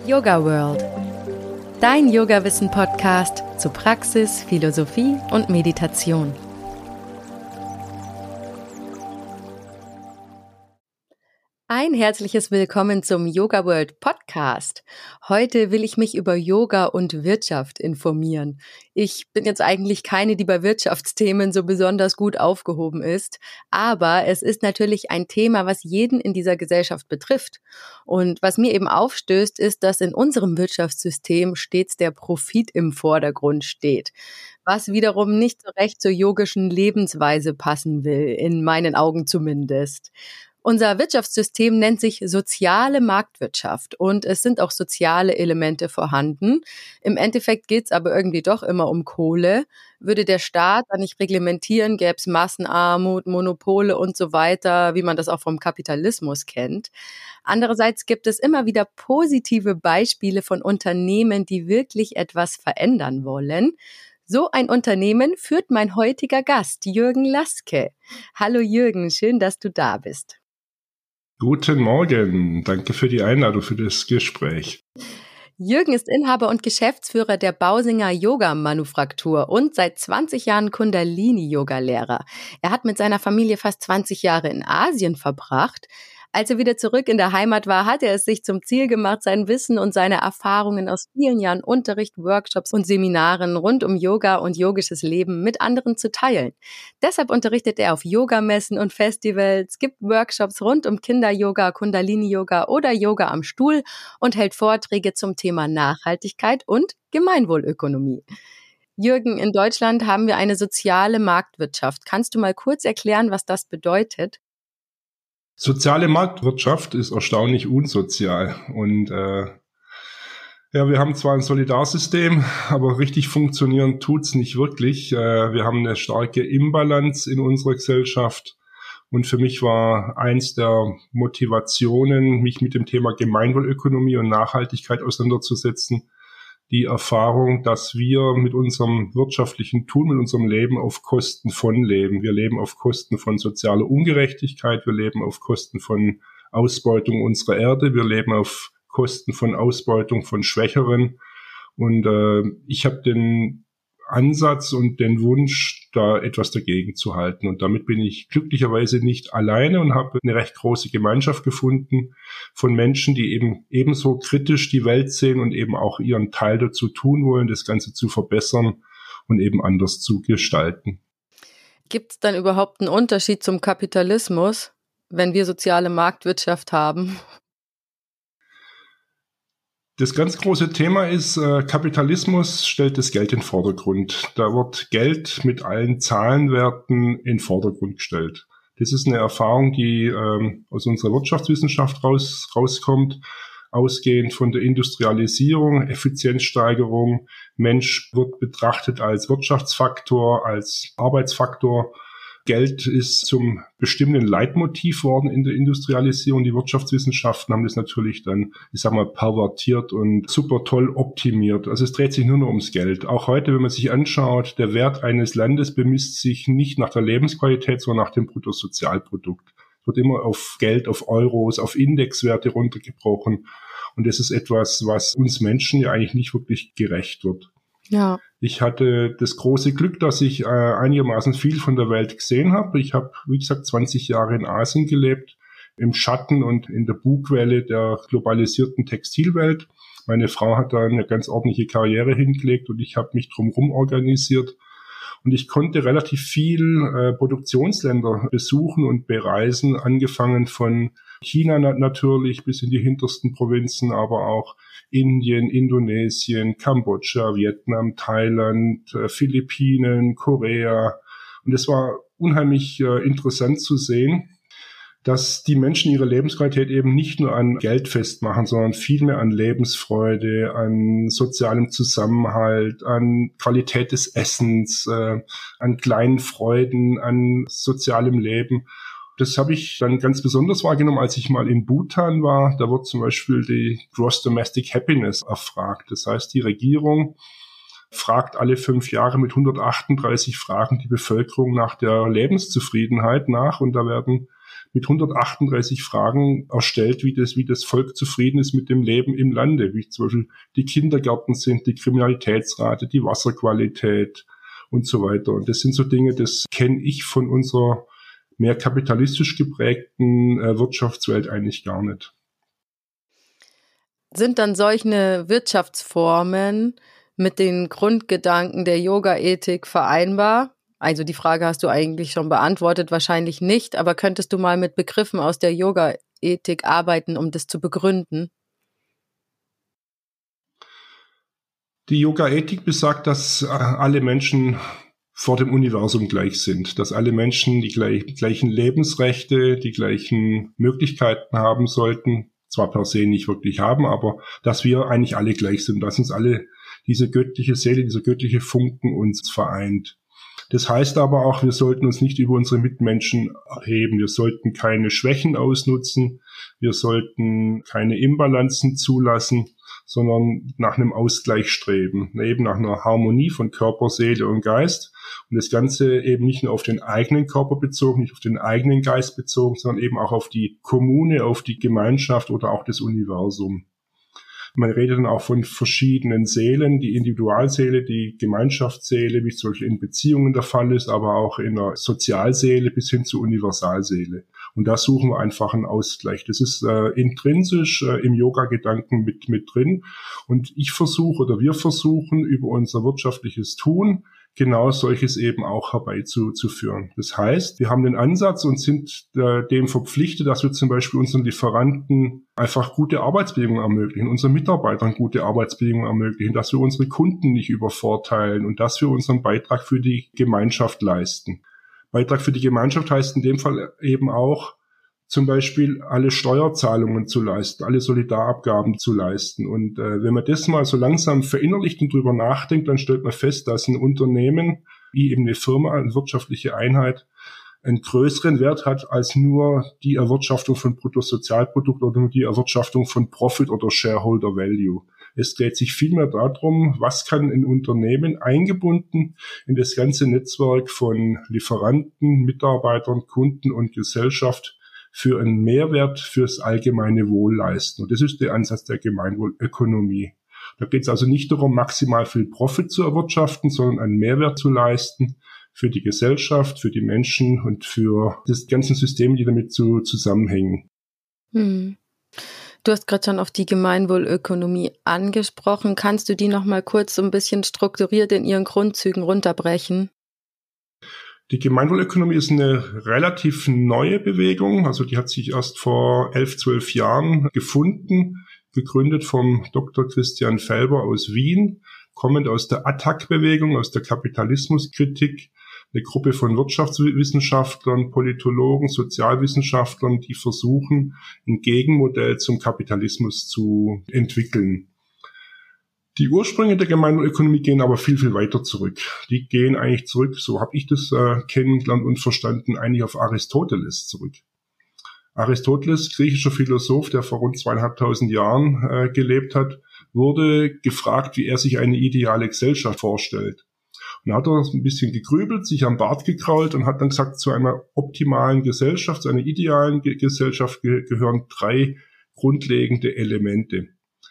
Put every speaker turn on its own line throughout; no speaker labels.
Yoga World. Dein Yoga-Wissen-Podcast zu Praxis, Philosophie und Meditation. Ein herzliches Willkommen zum Yoga World Podcast. Heute will ich mich über Yoga und Wirtschaft informieren. Ich bin jetzt eigentlich keine, die bei Wirtschaftsthemen so besonders gut aufgehoben ist, aber es ist natürlich ein Thema, was jeden in dieser Gesellschaft betrifft. Und was mir eben aufstößt, ist, dass in unserem Wirtschaftssystem stets der Profit im Vordergrund steht, was wiederum nicht so recht zur yogischen Lebensweise passen will, in meinen Augen zumindest. Unser Wirtschaftssystem nennt sich soziale Marktwirtschaft und es sind auch soziale Elemente vorhanden. Im Endeffekt geht es aber irgendwie doch immer um Kohle. Würde der Staat da nicht reglementieren, gäbe es Massenarmut, Monopole und so weiter, wie man das auch vom Kapitalismus kennt. Andererseits gibt es immer wieder positive Beispiele von Unternehmen, die wirklich etwas verändern wollen. So ein Unternehmen führt mein heutiger Gast, Jürgen Laske. Hallo Jürgen, schön, dass du da bist.
Guten Morgen, danke für die Einladung für das Gespräch.
Jürgen ist Inhaber und Geschäftsführer der Bausinger Yoga Manufaktur und seit 20 Jahren Kundalini-Yoga-Lehrer. Er hat mit seiner Familie fast 20 Jahre in Asien verbracht. Als er wieder zurück in der Heimat war, hat er es sich zum Ziel gemacht, sein Wissen und seine Erfahrungen aus vielen Jahren Unterricht, Workshops und Seminaren rund um Yoga und yogisches Leben mit anderen zu teilen. Deshalb unterrichtet er auf Yogamessen und Festivals, gibt Workshops rund um Kinder-Yoga, Kundalini-Yoga oder Yoga am Stuhl und hält Vorträge zum Thema Nachhaltigkeit und Gemeinwohlökonomie. Jürgen, in Deutschland haben wir eine soziale Marktwirtschaft. Kannst du mal kurz erklären, was das bedeutet?
Soziale Marktwirtschaft ist erstaunlich unsozial und wir haben zwar ein Solidarsystem, aber richtig funktionieren tut's nicht wirklich. Wir haben eine starke Imbalance in unserer Gesellschaft und für mich war eins der Motivationen, mich mit dem Thema Gemeinwohlökonomie und Nachhaltigkeit auseinanderzusetzen, die Erfahrung, dass wir mit unserem wirtschaftlichen Tun, mit unserem Leben auf Kosten von leben. Wir leben auf Kosten von sozialer Ungerechtigkeit, wir leben auf Kosten von Ausbeutung unserer Erde, wir leben auf Kosten von Ausbeutung von Schwächeren. Und ich habe den Ansatz und den Wunsch, da etwas dagegen zu halten. Und damit bin ich glücklicherweise nicht alleine und habe eine recht große Gemeinschaft gefunden von Menschen, die eben ebenso kritisch die Welt sehen und eben auch ihren Teil dazu tun wollen, das Ganze zu verbessern und eben anders zu gestalten.
Gibt es dann überhaupt einen Unterschied zum Kapitalismus, wenn wir soziale Marktwirtschaft haben?
Das ganz große Thema ist, Kapitalismus stellt das Geld in den Vordergrund. Da wird Geld mit allen Zahlenwerten in den Vordergrund gestellt. Das ist eine Erfahrung, die aus unserer Wirtschaftswissenschaft rauskommt, ausgehend von der Industrialisierung, Effizienzsteigerung. Mensch wird betrachtet als Wirtschaftsfaktor, als Arbeitsfaktor. Geld ist zum bestimmenden Leitmotiv worden in der Industrialisierung. Die Wirtschaftswissenschaften haben das natürlich dann, pervertiert und super toll optimiert. Also es dreht sich nur noch ums Geld. Auch heute, wenn man sich anschaut, der Wert eines Landes bemisst sich nicht nach der Lebensqualität, sondern nach dem Bruttosozialprodukt. Es wird immer auf Geld, auf Euros, auf Indexwerte runtergebrochen. Und das ist etwas, was uns Menschen ja eigentlich nicht wirklich gerecht wird.
Ja.
Ich hatte das große Glück, dass ich einigermaßen viel von der Welt gesehen habe. Ich habe, wie gesagt, 20 Jahre in Asien gelebt, im Schatten und in der Bugwelle der globalisierten Textilwelt. Meine Frau hat da eine ganz ordentliche Karriere hingelegt und ich habe mich drumherum organisiert. Und ich konnte relativ viel Produktionsländer besuchen und bereisen, angefangen von China natürlich bis in die hintersten Provinzen, aber auch Indien, Indonesien, Kambodscha, Vietnam, Thailand, Philippinen, Korea. Und es war unheimlich interessant zu sehen, dass die Menschen ihre Lebensqualität eben nicht nur an Geld festmachen, sondern vielmehr an Lebensfreude, an sozialem Zusammenhalt, an Qualität des Essens, an kleinen Freuden, an sozialem Leben. Das habe ich dann ganz besonders wahrgenommen, als ich mal in Bhutan war. Da wird zum Beispiel die Gross Domestic Happiness erfragt. Das heißt, die Regierung fragt alle 5 Jahre mit 138 Fragen die Bevölkerung nach der Lebenszufriedenheit nach. Und da werden mit 138 Fragen erstellt, wie das Volk zufrieden ist mit dem Leben im Lande, wie zum Beispiel die Kindergärten sind, die Kriminalitätsrate, die Wasserqualität und so weiter. Und das sind so Dinge, das kenne ich von unserer mehr kapitalistisch geprägten Wirtschaftswelt eigentlich gar nicht.
Sind dann solche Wirtschaftsformen mit den Grundgedanken der Yoga-Ethik vereinbar? Also die Frage hast du eigentlich schon beantwortet, wahrscheinlich nicht, aber könntest du mal mit Begriffen aus der Yoga-Ethik arbeiten, um das zu begründen?
Die Yoga-Ethik besagt, dass alle Menschen vor dem Universum gleich sind, dass alle Menschen die gleichen Lebensrechte, die gleichen Möglichkeiten haben sollten, zwar per se nicht wirklich haben, aber dass wir eigentlich alle gleich sind, dass uns alle diese göttliche Seele, dieser göttliche Funken uns vereint. Das heißt aber auch, wir sollten uns nicht über unsere Mitmenschen erheben. Wir sollten keine Schwächen ausnutzen. Wir sollten keine Imbalanzen zulassen, sondern nach einem Ausgleich streben. Eben nach einer Harmonie von Körper, Seele und Geist. Und das Ganze eben nicht nur auf den eigenen Körper bezogen, nicht auf den eigenen Geist bezogen, sondern eben auch auf die Kommune, auf die Gemeinschaft oder auch das Universum. Man redet dann auch von verschiedenen Seelen, die Individualseele, die Gemeinschaftsseele, wie es zum Beispiel in Beziehungen der Fall ist, aber auch in der Sozialseele bis hin zur Universalseele. Und da suchen wir einfach einen Ausgleich. Das ist intrinsisch im Yoga-Gedanken mit drin. Und wir versuchen über unser wirtschaftliches Tun genau solches eben auch herbeizuführen. Das heißt, wir haben den Ansatz und sind dem verpflichtet, dass wir zum Beispiel unseren Lieferanten einfach gute Arbeitsbedingungen ermöglichen, unseren Mitarbeitern gute Arbeitsbedingungen ermöglichen, dass wir unsere Kunden nicht übervorteilen und dass wir unseren Beitrag für die Gemeinschaft leisten. Beitrag für die Gemeinschaft heißt in dem Fall eben auch, zum Beispiel alle Steuerzahlungen zu leisten, alle Solidarabgaben zu leisten. Und wenn man das mal so langsam verinnerlicht und drüber nachdenkt, dann stellt man fest, dass ein Unternehmen, wie eben eine Firma, eine wirtschaftliche Einheit, einen größeren Wert hat als nur die Erwirtschaftung von Bruttosozialprodukt oder nur die Erwirtschaftung von Profit oder Shareholder Value. Es dreht sich vielmehr darum, was kann ein Unternehmen eingebunden in das ganze Netzwerk von Lieferanten, Mitarbeitern, Kunden und Gesellschaft für einen Mehrwert fürs allgemeine Wohl leisten. Und das ist der Ansatz der Gemeinwohlökonomie. Da geht es also nicht darum, maximal viel Profit zu erwirtschaften, sondern einen Mehrwert zu leisten für die Gesellschaft, für die Menschen und für das ganze System, die damit zusammenhängen.
Du hast gerade schon auf die Gemeinwohlökonomie angesprochen. Kannst du die noch mal kurz so ein bisschen strukturiert in ihren Grundzügen runterbrechen?
Die Gemeinwohlökonomie ist eine relativ neue Bewegung, also die hat sich erst vor 11, 12 Jahren gefunden, gegründet vom Dr. Christian Felber aus Wien, kommend aus der Attac-Bewegung, aus der Kapitalismuskritik, eine Gruppe von Wirtschaftswissenschaftlern, Politologen, Sozialwissenschaftlern, die versuchen, ein Gegenmodell zum Kapitalismus zu entwickeln. Die Ursprünge der Gemeinwohlökonomie gehen aber viel, viel weiter zurück. Die gehen eigentlich zurück, so habe ich das kennengelernt und verstanden, eigentlich auf Aristoteles zurück. Aristoteles, griechischer Philosoph, der vor rund 2500 Jahren gelebt hat, wurde gefragt, wie er sich eine ideale Gesellschaft vorstellt. Und da hat er ein bisschen gegrübelt, sich am Bart gekrault und hat dann gesagt, zu einer optimalen Gesellschaft, zu einer idealen Gesellschaft gehören 3 grundlegende Elemente.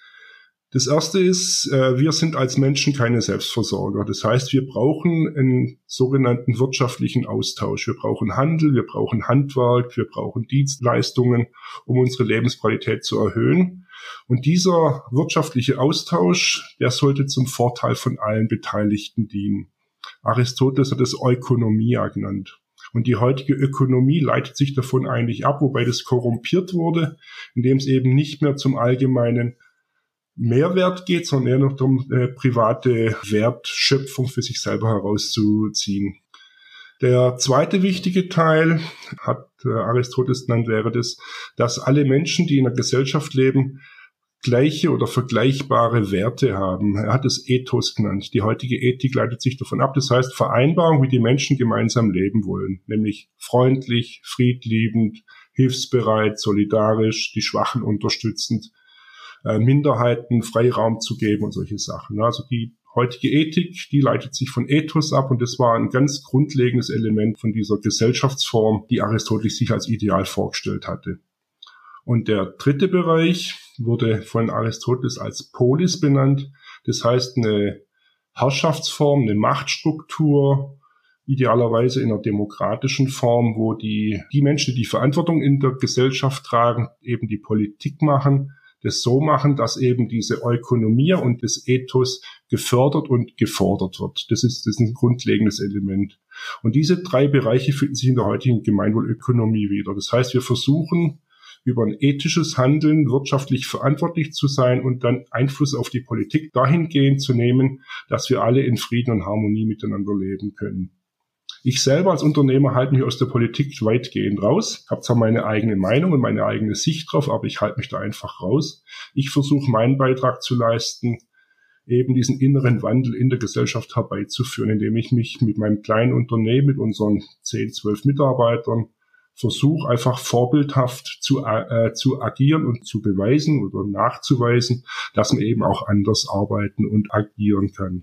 Das erste ist, wir sind als Menschen keine Selbstversorger. Das heißt, wir brauchen einen sogenannten wirtschaftlichen Austausch. Wir brauchen Handel, wir brauchen Handwerk, wir brauchen Dienstleistungen, um unsere Lebensqualität zu erhöhen. Und dieser wirtschaftliche Austausch, der sollte zum Vorteil von allen Beteiligten dienen. Aristoteles hat es Ökonomia genannt. Und die heutige Ökonomie leitet sich davon eigentlich ab, wobei das korrumpiert wurde, indem es eben nicht mehr zum allgemeinen Mehrwert geht, sondern eher noch darum, private Wertschöpfung für sich selber herauszuziehen. Der zweite wichtige Teil, hat Aristoteles genannt, wäre das, dass alle Menschen, die in einer Gesellschaft leben, gleiche oder vergleichbare Werte haben. Er hat es Ethos genannt. Die heutige Ethik leitet sich davon ab. Das heißt Vereinbarung, wie die Menschen gemeinsam leben wollen, nämlich freundlich, friedliebend, hilfsbereit, solidarisch, die Schwachen unterstützend, Minderheiten Freiraum zu geben und solche Sachen. Also die heutige Ethik, die leitet sich von Ethos ab und das war ein ganz grundlegendes Element von dieser Gesellschaftsform, die Aristoteles sich als Ideal vorgestellt hatte. Und der dritte Bereich wurde von Aristoteles als Polis benannt. Das heißt eine Herrschaftsform, eine Machtstruktur, idealerweise in einer demokratischen Form, wo die Menschen, die Verantwortung in der Gesellschaft tragen, eben die Politik machen, das so machen, dass eben diese Ökonomie und das Ethos gefördert und gefordert wird. Das ist ein grundlegendes Element. Und diese drei Bereiche finden sich in der heutigen Gemeinwohlökonomie wieder. Das heißt, wir versuchen, über ein ethisches Handeln wirtschaftlich verantwortlich zu sein und dann Einfluss auf die Politik dahingehend zu nehmen, dass wir alle in Frieden und Harmonie miteinander leben können. Ich selber als Unternehmer halte mich aus der Politik weitgehend raus, habe zwar meine eigene Meinung und meine eigene Sicht drauf, aber ich halte mich da einfach raus. Ich versuche meinen Beitrag zu leisten, eben diesen inneren Wandel in der Gesellschaft herbeizuführen, indem ich mich mit meinem kleinen Unternehmen, mit unseren 10, 12 Mitarbeitern, versuche einfach vorbildhaft zu agieren und zu beweisen oder nachzuweisen, dass man eben auch anders arbeiten und agieren kann.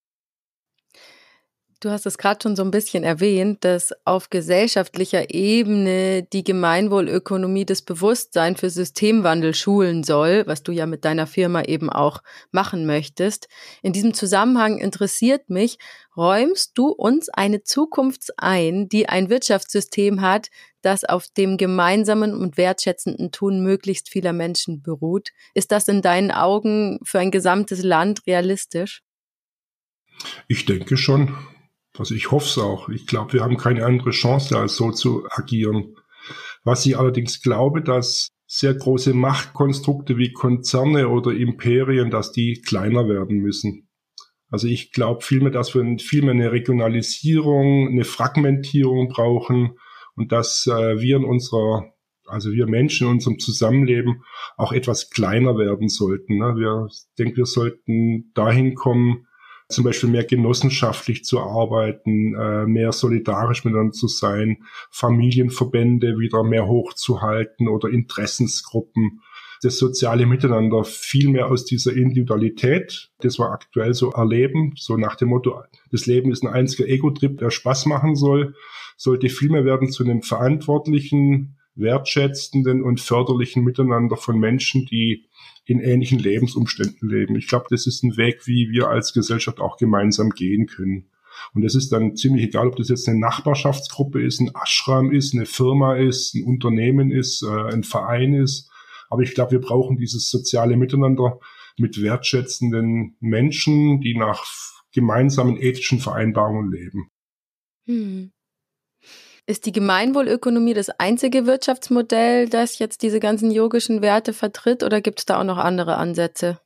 Du hast es gerade schon so ein bisschen erwähnt, dass auf gesellschaftlicher Ebene die Gemeinwohlökonomie das Bewusstsein für Systemwandel schulen soll, was du ja mit deiner Firma eben auch machen möchtest. In diesem Zusammenhang interessiert mich, räumst du uns eine Zukunft ein, die ein Wirtschaftssystem hat, das auf dem gemeinsamen und wertschätzenden Tun möglichst vieler Menschen beruht? Ist das in deinen Augen für ein gesamtes Land realistisch?
Ich denke schon. Also ich hoffe es auch. Ich glaube, wir haben keine andere Chance, als so zu agieren. Was ich allerdings glaube, dass sehr große Machtkonstrukte wie Konzerne oder Imperien, dass die kleiner werden müssen. Also ich glaube vielmehr, dass wir vielmehr eine Regionalisierung, eine Fragmentierung brauchen und dass wir Menschen in unserem Zusammenleben auch etwas kleiner werden sollten. Ich denke, wir sollten dahin kommen, zum Beispiel mehr genossenschaftlich zu arbeiten, mehr solidarisch miteinander zu sein, Familienverbände wieder mehr hochzuhalten oder Interessensgruppen, das soziale Miteinander viel mehr aus dieser Individualität, das wir aktuell so erleben, so nach dem Motto, das Leben ist ein einziger Ego-Trip, der Spaß machen soll, sollte viel mehr werden zu einem verantwortlichen, wertschätzenden und förderlichen Miteinander von Menschen, die in ähnlichen Lebensumständen leben. Ich glaube, das ist ein Weg, wie wir als Gesellschaft auch gemeinsam gehen können. Und es ist dann ziemlich egal, ob das jetzt eine Nachbarschaftsgruppe ist, ein Ashram ist, eine Firma ist, ein Unternehmen ist, ein Verein ist. Aber ich glaube, wir brauchen dieses soziale Miteinander mit wertschätzenden Menschen, die nach gemeinsamen ethischen Vereinbarungen leben.
Ist die Gemeinwohlökonomie das einzige Wirtschaftsmodell, das jetzt diese ganzen yogischen Werte vertritt, oder gibt es da auch noch andere Ansätze?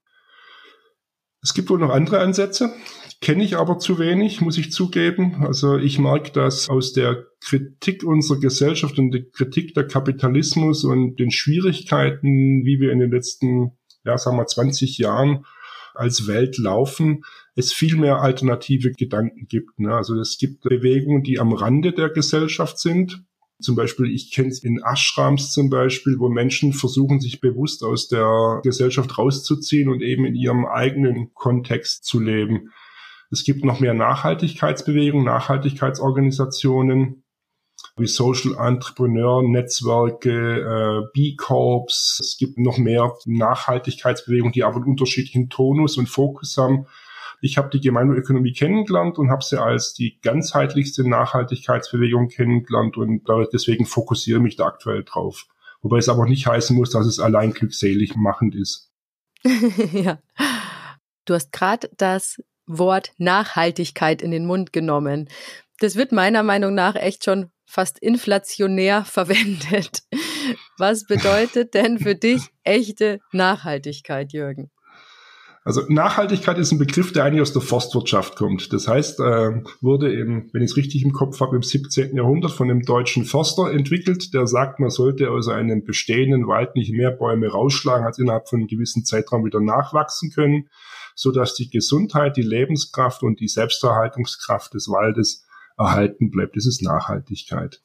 Es gibt wohl noch andere Ansätze, kenne ich aber zu wenig, muss ich zugeben. Also ich merke, dass aus der Kritik unserer Gesellschaft und der Kritik der Kapitalismus und den Schwierigkeiten, wie wir in den letzten, 20 Jahren als Welt laufen, es viel mehr alternative Gedanken gibt. Also es gibt Bewegungen, die am Rande der Gesellschaft sind. Zum Beispiel, ich kenne es in Ashrams zum Beispiel, wo Menschen versuchen, sich bewusst aus der Gesellschaft rauszuziehen und eben in ihrem eigenen Kontext zu leben. Es gibt noch mehr Nachhaltigkeitsbewegungen, Nachhaltigkeitsorganisationen wie Social Entrepreneur Netzwerke, B Corps. Es gibt noch mehr Nachhaltigkeitsbewegungen, die aber einen unterschiedlichen Tonus und Fokus haben. Ich habe die Gemeinwohlökonomie kennengelernt und habe sie als die ganzheitlichste Nachhaltigkeitsbewegung kennengelernt und deswegen fokussiere ich mich da aktuell drauf. Wobei es aber nicht heißen muss, dass es allein glückselig machend ist.
Ja. Du hast gerade das Wort Nachhaltigkeit in den Mund genommen. Das wird meiner Meinung nach echt schon fast inflationär verwendet. Was bedeutet denn für dich echte Nachhaltigkeit, Jürgen?
Also Nachhaltigkeit ist ein Begriff, der eigentlich aus der Forstwirtschaft kommt. Das heißt, wurde wenn ich es richtig im Kopf habe, im 17. Jahrhundert von einem deutschen Förster entwickelt, der sagt, man sollte aus einem bestehenden Wald nicht mehr Bäume rausschlagen, als innerhalb von einem gewissen Zeitraum wieder nachwachsen können, sodass die Gesundheit, die Lebenskraft und die Selbsterhaltungskraft des Waldes erhalten bleibt. Das ist Nachhaltigkeit.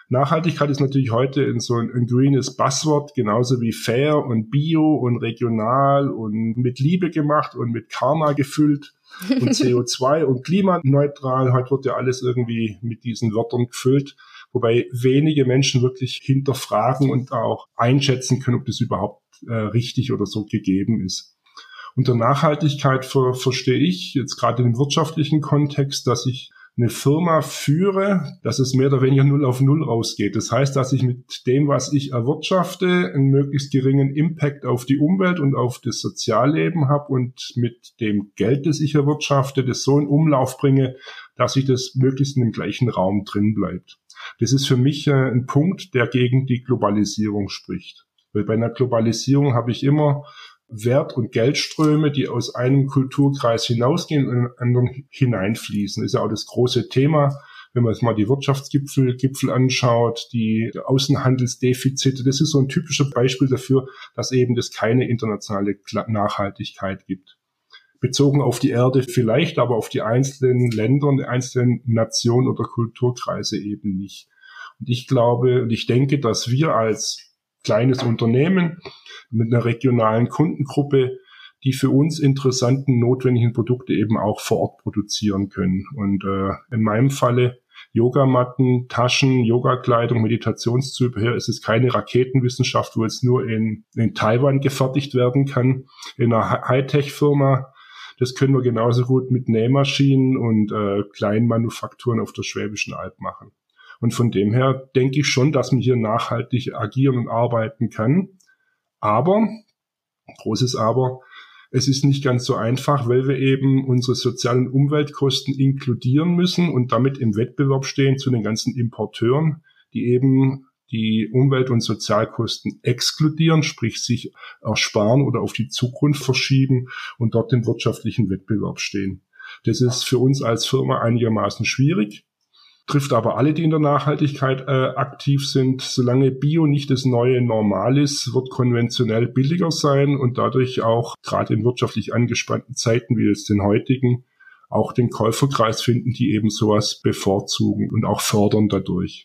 Nachhaltigkeit ist natürlich heute so ein grünes Buzzword, genauso wie fair und bio und regional und mit Liebe gemacht und mit Karma gefüllt und CO2 und klimaneutral. Heute wird ja alles irgendwie mit diesen Wörtern gefüllt, wobei wenige Menschen wirklich hinterfragen und auch einschätzen können, ob das überhaupt richtig oder so gegeben ist. Unter Nachhaltigkeit verstehe ich jetzt gerade im wirtschaftlichen Kontext, dass ich eine Firma führe, dass es mehr oder weniger 0 auf 0 rausgeht. Das heißt, dass ich mit dem, was ich erwirtschafte, einen möglichst geringen Impact auf die Umwelt und auf das Sozialleben habe und mit dem Geld, das ich erwirtschafte, das so in Umlauf bringe, dass ich das möglichst in dem gleichen Raum drin bleibt. Das ist für mich ein Punkt, der gegen die Globalisierung spricht. Weil bei einer Globalisierung habe ich immer Wert- und Geldströme, die aus einem Kulturkreis hinausgehen und in einen anderen hineinfließen. Das ist ja auch das große Thema, wenn man jetzt mal die Wirtschaftsgipfel anschaut, die Außenhandelsdefizite. Das ist so ein typisches Beispiel dafür, dass eben das keine internationale Nachhaltigkeit gibt. Bezogen auf die Erde vielleicht, aber auf die einzelnen Länder und die einzelnen Nationen oder Kulturkreise eben nicht. Und ich glaube und ich denke, dass wir als kleines Unternehmen mit einer regionalen Kundengruppe die für uns interessanten, notwendigen Produkte eben auch vor Ort produzieren können. Und in meinem Falle Yogamatten, Taschen, Yogakleidung, Meditationszubehör, es ist keine Raketenwissenschaft, wo es nur in Taiwan gefertigt werden kann, in einer Hightech-Firma. Das können wir genauso gut mit Nähmaschinen und kleinen Manufakturen auf der Schwäbischen Alb machen. Und von dem her denke ich schon, dass man hier nachhaltig agieren und arbeiten kann. Aber, großes Aber, es ist nicht ganz so einfach, weil wir eben unsere sozialen Umweltkosten inkludieren müssen und damit im Wettbewerb stehen zu den ganzen Importeuren, die eben die Umwelt- und Sozialkosten exkludieren, sprich sich ersparen oder auf die Zukunft verschieben und dort im wirtschaftlichen Wettbewerb stehen. Das ist für uns als Firma einigermaßen schwierig, trifft aber alle, die in der Nachhaltigkeit aktiv sind. Solange Bio nicht das neue Normal ist, wird konventionell billiger sein und dadurch auch gerade in wirtschaftlich angespannten Zeiten wie jetzt den heutigen auch den Käuferkreis finden, die eben sowas bevorzugen und auch fördern dadurch.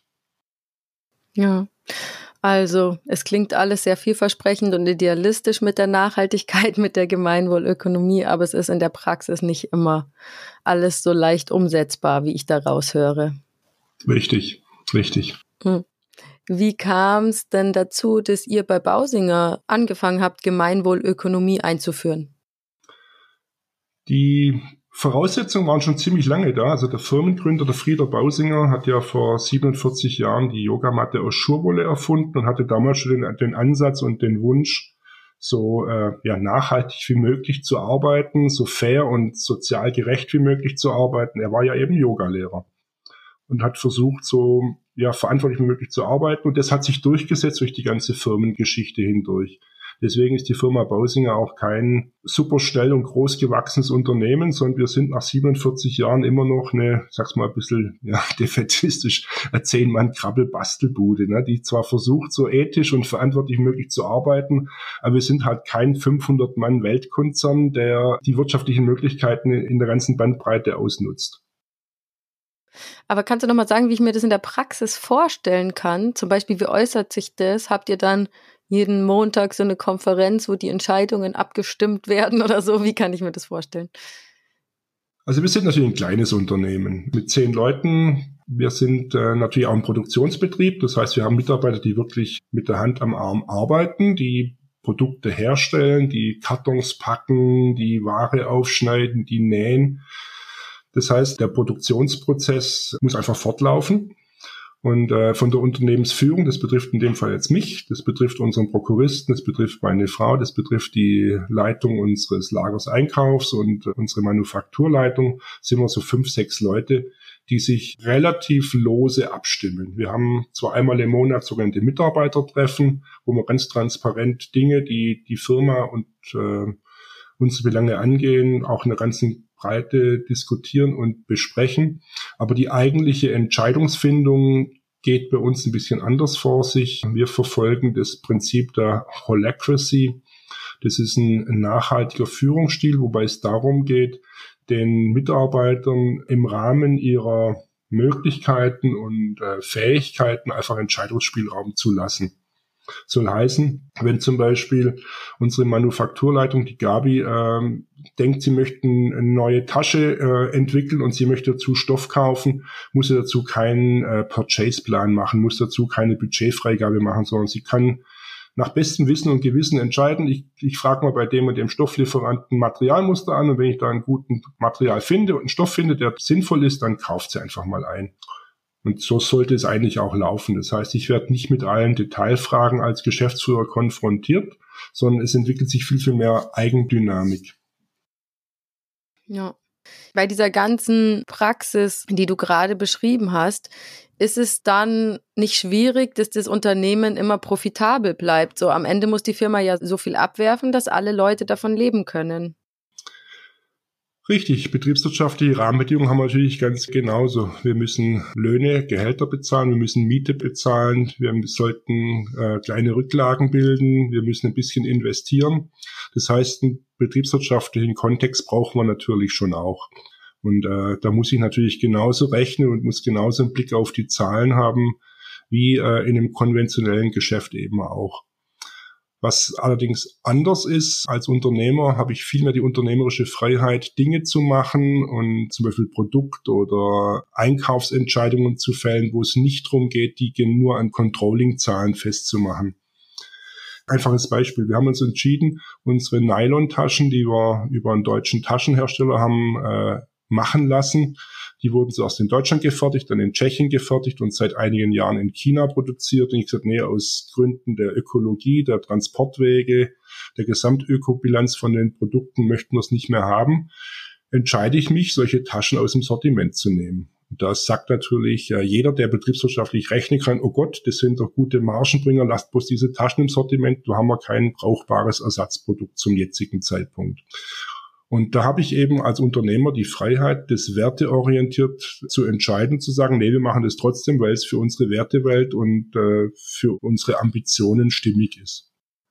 Ja, also es klingt alles sehr vielversprechend und idealistisch mit der Nachhaltigkeit, mit der Gemeinwohlökonomie, aber es ist in der Praxis nicht immer alles so leicht umsetzbar, wie ich da raushöre.
Richtig.
Wie kam es denn dazu, dass ihr bei Bausinger angefangen habt, Gemeinwohlökonomie einzuführen?
Die Voraussetzungen waren schon ziemlich lange da. Also der Firmengründer, der Frieder Bausinger, hat ja vor 47 Jahren die Yogamatte aus Schurwolle erfunden und hatte damals schon den Ansatz und den Wunsch, so nachhaltig wie möglich zu arbeiten, so fair und sozial gerecht wie möglich zu arbeiten. Er war ja eben Yogalehrer und hat versucht, so verantwortlich wie möglich zu arbeiten. Und das hat sich durchgesetzt durch die ganze Firmengeschichte hindurch. Deswegen ist die Firma Bausinger auch kein super schnell und groß gewachsenes Unternehmen, sondern wir sind nach 47 Jahren immer noch eine, sag's mal ein bisschen defätistisch, 10-Mann-Krabbel-Bastelbude, ne, die zwar versucht, so ethisch und verantwortlich wie möglich zu arbeiten, aber wir sind halt kein 500-Mann-Weltkonzern, der die wirtschaftlichen Möglichkeiten in der ganzen Bandbreite ausnutzt.
Aber kannst du nochmal sagen, wie ich mir das in der Praxis vorstellen kann? Zum Beispiel, wie äußert sich das? Habt ihr dann jeden Montag so eine Konferenz, wo die Entscheidungen abgestimmt werden oder so? Wie kann ich mir das vorstellen?
Also wir sind natürlich ein kleines Unternehmen mit 10 Leuten. Wir sind natürlich auch ein Produktionsbetrieb. Das heißt, wir haben Mitarbeiter, die wirklich mit der Hand am Arm arbeiten, die Produkte herstellen, die Kartons packen, die Ware aufschneiden, die nähen. Das heißt, der Produktionsprozess muss einfach fortlaufen. Und von der Unternehmensführung, das betrifft in dem Fall jetzt mich, das betrifft unseren Prokuristen, das betrifft meine Frau, das betrifft die Leitung unseres Lagers Einkaufs und unsere Manufakturleitung, sind wir so 5, 6 Leute, die sich relativ lose abstimmen. Wir haben zwar einmal im Monat sogenannte Mitarbeitertreffen, wo wir ganz transparent Dinge, die die Firma und unsere Belange angehen, auch in der ganzen Breite diskutieren und besprechen. Aber die eigentliche Entscheidungsfindung geht bei uns ein bisschen anders vor sich. Wir verfolgen das Prinzip der Holacracy. Das ist ein nachhaltiger Führungsstil, wobei es darum geht, den Mitarbeitern im Rahmen ihrer Möglichkeiten und Fähigkeiten einfach Entscheidungsspielraum zu lassen. Soll heißen, wenn zum Beispiel unsere Manufakturleitung, die Gabi, denkt, sie möchten eine neue Tasche entwickeln und sie möchte dazu Stoff kaufen, muss sie dazu keinen Purchase-Plan machen, muss dazu keine Budgetfreigabe machen, sondern sie kann nach bestem Wissen und Gewissen entscheiden. Ich frage mal bei dem und dem Stofflieferanten Materialmuster an und wenn ich da einen guten Material finde und einen Stoff finde, der sinnvoll ist, dann kauft sie einfach mal ein. Und so sollte es eigentlich auch laufen. Das heißt, ich werde nicht mit allen Detailfragen als Geschäftsführer konfrontiert, sondern es entwickelt sich viel, viel mehr Eigendynamik.
Ja. Bei dieser ganzen Praxis, die du gerade beschrieben hast, ist es dann nicht schwierig, dass das Unternehmen immer profitabel bleibt? So am Ende muss die Firma ja so viel abwerfen, dass alle Leute davon leben können.
Richtig, betriebswirtschaftliche Rahmenbedingungen haben wir natürlich ganz genauso. Wir müssen Löhne, Gehälter bezahlen, wir müssen Miete bezahlen, wir sollten kleine Rücklagen bilden, wir müssen ein bisschen investieren. Das heißt, einen betriebswirtschaftlichen Kontext brauchen wir natürlich schon auch. Und da muss ich natürlich genauso rechnen und muss genauso einen Blick auf die Zahlen haben, wie in einem konventionellen Geschäft eben auch. Was allerdings anders ist, als Unternehmer habe ich viel mehr die unternehmerische Freiheit, Dinge zu machen und zum Beispiel Produkt- oder Einkaufsentscheidungen zu fällen, wo es nicht darum geht, die nur an Controlling-Zahlen festzumachen. Einfaches Beispiel. Wir haben uns entschieden, unsere Nylon-Taschen, die wir über einen deutschen Taschenhersteller haben machen lassen, die wurden zuerst in Deutschland gefertigt, dann in Tschechien gefertigt und seit einigen Jahren in China produziert. Und ich gesagt, nee, aus Gründen der Ökologie, der Transportwege, der Gesamtökobilanz von den Produkten möchten wir es nicht mehr haben. Entscheide ich mich, solche Taschen aus dem Sortiment zu nehmen. Und da sagt natürlich jeder, der betriebswirtschaftlich rechnen kann, oh Gott, das sind doch gute Margenbringer, lasst bloß diese Taschen im Sortiment, da haben wir kein brauchbares Ersatzprodukt zum jetzigen Zeitpunkt. Und da habe ich eben als Unternehmer die Freiheit, das werteorientiert zu entscheiden, zu sagen, nee, wir machen das trotzdem, weil es für unsere Wertewelt und für unsere Ambitionen stimmig ist.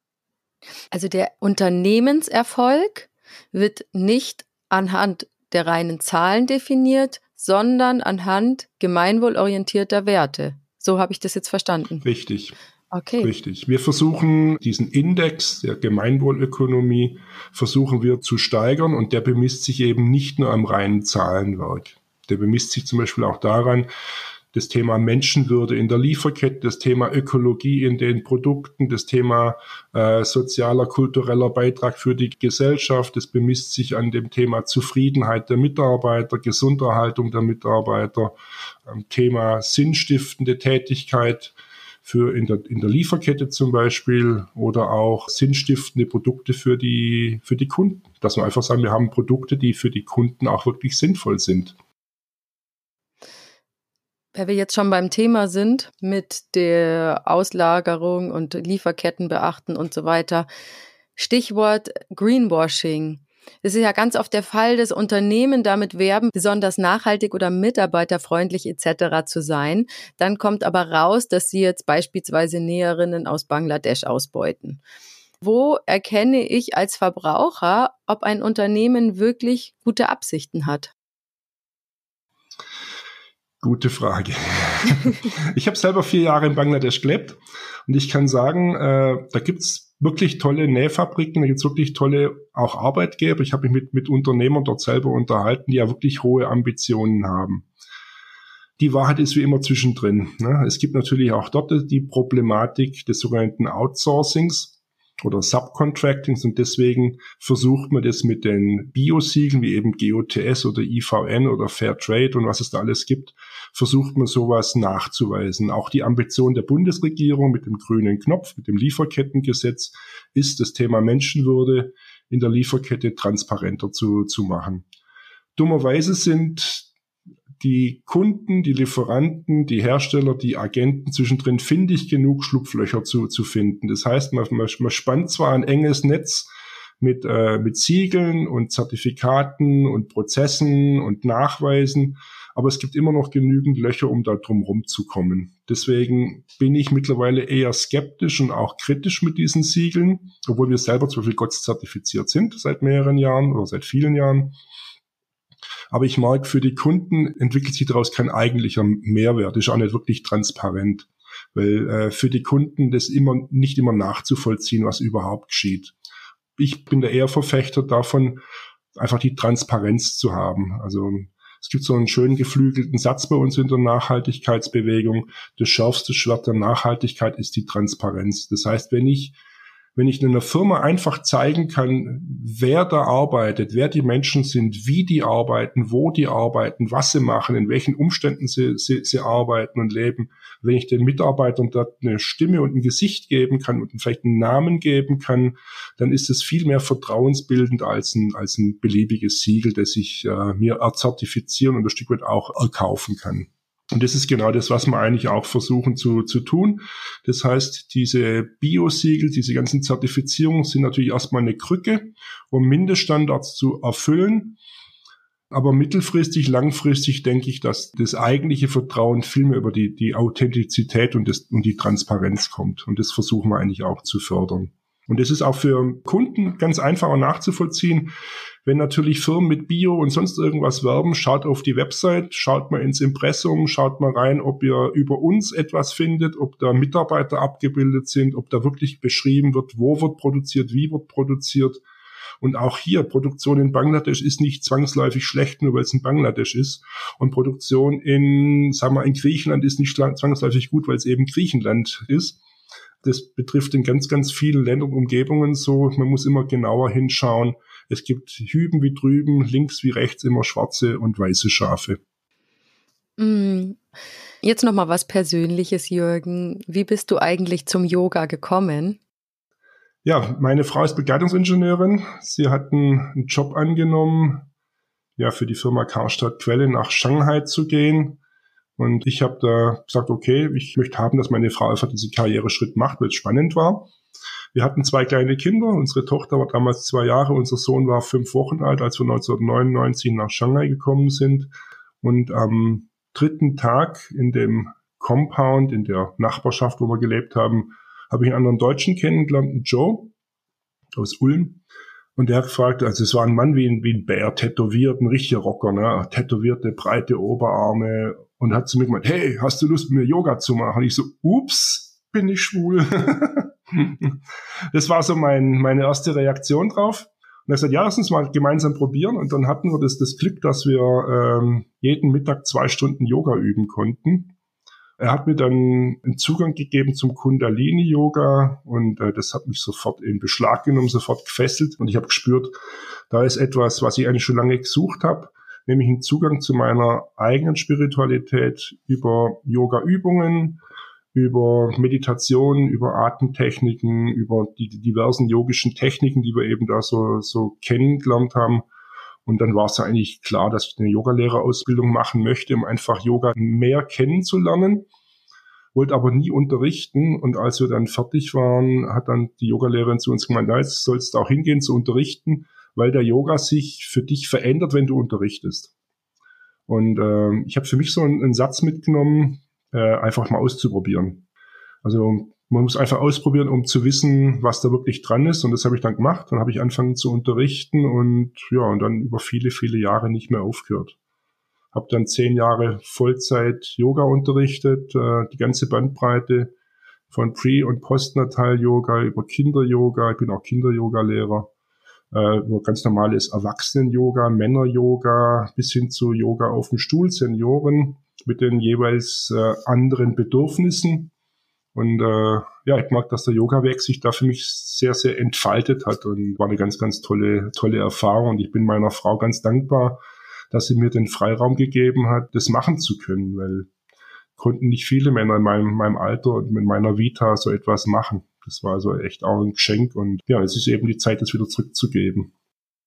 Also der Unternehmenserfolg wird nicht anhand der reinen Zahlen definiert, sondern anhand gemeinwohlorientierter Werte. So habe ich das jetzt verstanden.
Richtig.
Okay.
Richtig. Wir versuchen diesen Index der Gemeinwohlökonomie versuchen wir zu steigern und der bemisst sich eben nicht nur am reinen Zahlenwerk. Der bemisst sich zum Beispiel auch daran, das Thema Menschenwürde in der Lieferkette, das Thema Ökologie in den Produkten, das Thema sozialer, kultureller Beitrag für die Gesellschaft. Das bemisst sich an dem Thema Zufriedenheit der Mitarbeiter, Gesunderhaltung der Mitarbeiter, am Thema sinnstiftende Tätigkeit für in der Lieferkette zum Beispiel oder auch sinnstiftende Produkte für die Kunden. Dass wir einfach sagen, wir haben Produkte, die für die Kunden auch wirklich sinnvoll sind.
Weil wir jetzt schon beim Thema sind mit der Auslagerung und Lieferketten beachten und so weiter. Stichwort Greenwashing. Es ist ja ganz oft der Fall, dass Unternehmen damit werben, besonders nachhaltig oder mitarbeiterfreundlich etc. zu sein. Dann kommt aber raus, dass sie jetzt beispielsweise Näherinnen aus Bangladesch ausbeuten. Wo erkenne ich als Verbraucher, ob ein Unternehmen wirklich gute Absichten hat?
Gute Frage. Ich habe selber 4 Jahre in Bangladesch gelebt und ich kann sagen, da gibt's wirklich tolle Nähfabriken, da gibt's wirklich tolle auch Arbeitgeber. Ich habe mich mit Unternehmern dort selber unterhalten, die ja wirklich hohe Ambitionen haben. Die Wahrheit ist wie immer zwischendrin. Ne? Es gibt natürlich auch dort die Problematik des sogenannten Outsourcings oder Subcontractings und deswegen versucht man das mit den Bio-Siegeln wie eben GOTS oder IVN oder Fairtrade und was es da alles gibt, versucht man sowas nachzuweisen. Auch die Ambition der Bundesregierung mit dem grünen Knopf, mit dem Lieferkettengesetz ist, das Thema Menschenwürde in der Lieferkette transparenter zu machen. Dummerweise sind die Kunden, die Lieferanten, die Hersteller, die Agenten zwischendrin findig genug Schlupflöcher zu finden. Das heißt, man spannt zwar ein enges Netz mit Siegeln und Zertifikaten und Prozessen und Nachweisen, aber es gibt immer noch genügend Löcher, um da drum rumzukommen. Deswegen bin ich mittlerweile eher skeptisch und auch kritisch mit diesen Siegeln, obwohl wir selber zum Beispiel GOTS zertifiziert sind seit mehreren Jahren oder seit vielen Jahren. Aber ich merke, für die Kunden entwickelt sich daraus kein eigentlicher Mehrwert. Das ist auch nicht wirklich transparent, weil für die Kunden das nicht immer nachzuvollziehen, was überhaupt geschieht. Ich bin da eher Verfechter davon, einfach die Transparenz zu haben. Also es gibt so einen schönen geflügelten Satz bei uns in der Nachhaltigkeitsbewegung. Das schärfste Schwert der Nachhaltigkeit ist die Transparenz. Das heißt, wenn ich in einer Firma einfach zeigen kann, wer da arbeitet, wer die Menschen sind, wie die arbeiten, wo die arbeiten, was sie machen, in welchen Umständen sie arbeiten und leben, wenn ich den Mitarbeitern dort eine Stimme und ein Gesicht geben kann und vielleicht einen Namen geben kann, dann ist es viel mehr vertrauensbildend als ein beliebiges Siegel, das ich mir zertifizieren und ein Stück weit auch erkaufen kann. Und das ist genau das, was wir eigentlich auch versuchen zu tun. Das heißt, diese Bio-Siegel, diese ganzen Zertifizierungen sind natürlich erstmal eine Krücke, um Mindeststandards zu erfüllen. Aber mittelfristig, langfristig denke ich, dass das eigentliche Vertrauen viel mehr über die Authentizität und die Transparenz kommt. Und das versuchen wir eigentlich auch zu fördern. Und das ist auch für Kunden ganz einfacher nachzuvollziehen. Wenn natürlich Firmen mit Bio und sonst irgendwas werben, schaut auf die Website, schaut mal ins Impressum, schaut mal rein, ob ihr über uns etwas findet, ob da Mitarbeiter abgebildet sind, ob da wirklich beschrieben wird, wo wird produziert, wie wird produziert. Und auch hier, Produktion in Bangladesch ist nicht zwangsläufig schlecht, nur weil es in Bangladesch ist. Und Produktion in Griechenland ist nicht zwangsläufig gut, weil es eben Griechenland ist. Das betrifft in ganz, ganz vielen Ländern und Umgebungen so. Man muss immer genauer hinschauen. Es gibt hüben wie drüben, links wie rechts immer schwarze und weiße Schafe.
Jetzt nochmal was Persönliches, Jürgen. Wie bist du eigentlich zum Yoga gekommen?
Ja, meine Frau ist Begleitungsingenieurin. Sie hat einen Job angenommen, für die Firma Karstadt Quelle nach Shanghai zu gehen. Und ich habe da gesagt, okay, ich möchte haben, dass meine Frau einfach diesen Karriereschritt macht, weil es spannend war. Wir hatten 2 kleine Kinder. Unsere Tochter war damals 2 Jahre, unser Sohn war 5 Wochen alt, als wir 1999 nach Shanghai gekommen sind. Und am 3. Tag in dem Compound, in der Nachbarschaft, wo wir gelebt haben, habe ich einen anderen Deutschen kennengelernt, einen Joe aus Ulm. Und der hat gefragt, also es war ein Mann wie ein Bär, tätowiert, ein richtiger Rocker, ne? Tätowierte, breite Oberarme, und hat zu mir gemeint, hey, hast du Lust, mit mir Yoga zu machen? Und ich so, ups, bin ich schwul? Das war so meine erste Reaktion drauf. Und er hat gesagt, ja, lass uns mal gemeinsam probieren. Und dann hatten wir das Glück, dass wir jeden Mittag 2 Stunden Yoga üben konnten. Er hat mir dann einen Zugang gegeben zum Kundalini-Yoga und das hat mich sofort in Beschlag genommen, sofort gefesselt. Und ich habe gespürt, da ist etwas, was ich eigentlich schon lange gesucht habe, nämlich einen Zugang zu meiner eigenen Spiritualität über Yoga-Übungen, über Meditation, über Atemtechniken, über die diversen yogischen Techniken, die wir eben da so kennengelernt haben. Und dann war es eigentlich klar, dass ich eine Yogalehrerausbildung machen möchte, um einfach Yoga mehr kennenzulernen. Wollte aber nie unterrichten. Und als wir dann fertig waren, hat dann die Yogalehrerin zu uns gemeint, jetzt sollst du auch hingehen zu unterrichten, weil der Yoga sich für dich verändert, wenn du unterrichtest. Und ich habe für mich so einen Satz mitgenommen, einfach mal auszuprobieren. Also man muss einfach ausprobieren, um zu wissen, was da wirklich dran ist. Und das habe ich dann gemacht. Dann habe ich angefangen zu unterrichten und dann über viele, viele Jahre nicht mehr aufgehört. Habe dann 10 Jahre Vollzeit Yoga unterrichtet, die ganze Bandbreite von Pre- und Postnatal-Yoga über Kinder-Yoga. Ich bin auch Kinder-Yoga-Lehrer. Über ganz normales Erwachsenen-Yoga, Männer-Yoga bis hin zu Yoga auf dem Stuhl, Senioren mit den jeweils anderen Bedürfnissen. Und ich mag, dass der Yoga-Weg sich da für mich sehr, sehr entfaltet hat und war eine ganz, ganz tolle Erfahrung. Und ich bin meiner Frau ganz dankbar, dass sie mir den Freiraum gegeben hat, das machen zu können, weil konnten nicht viele Männer in meinem Alter und mit meiner Vita so etwas machen. Das war also echt auch ein Geschenk und es ist eben die Zeit, das wieder zurückzugeben.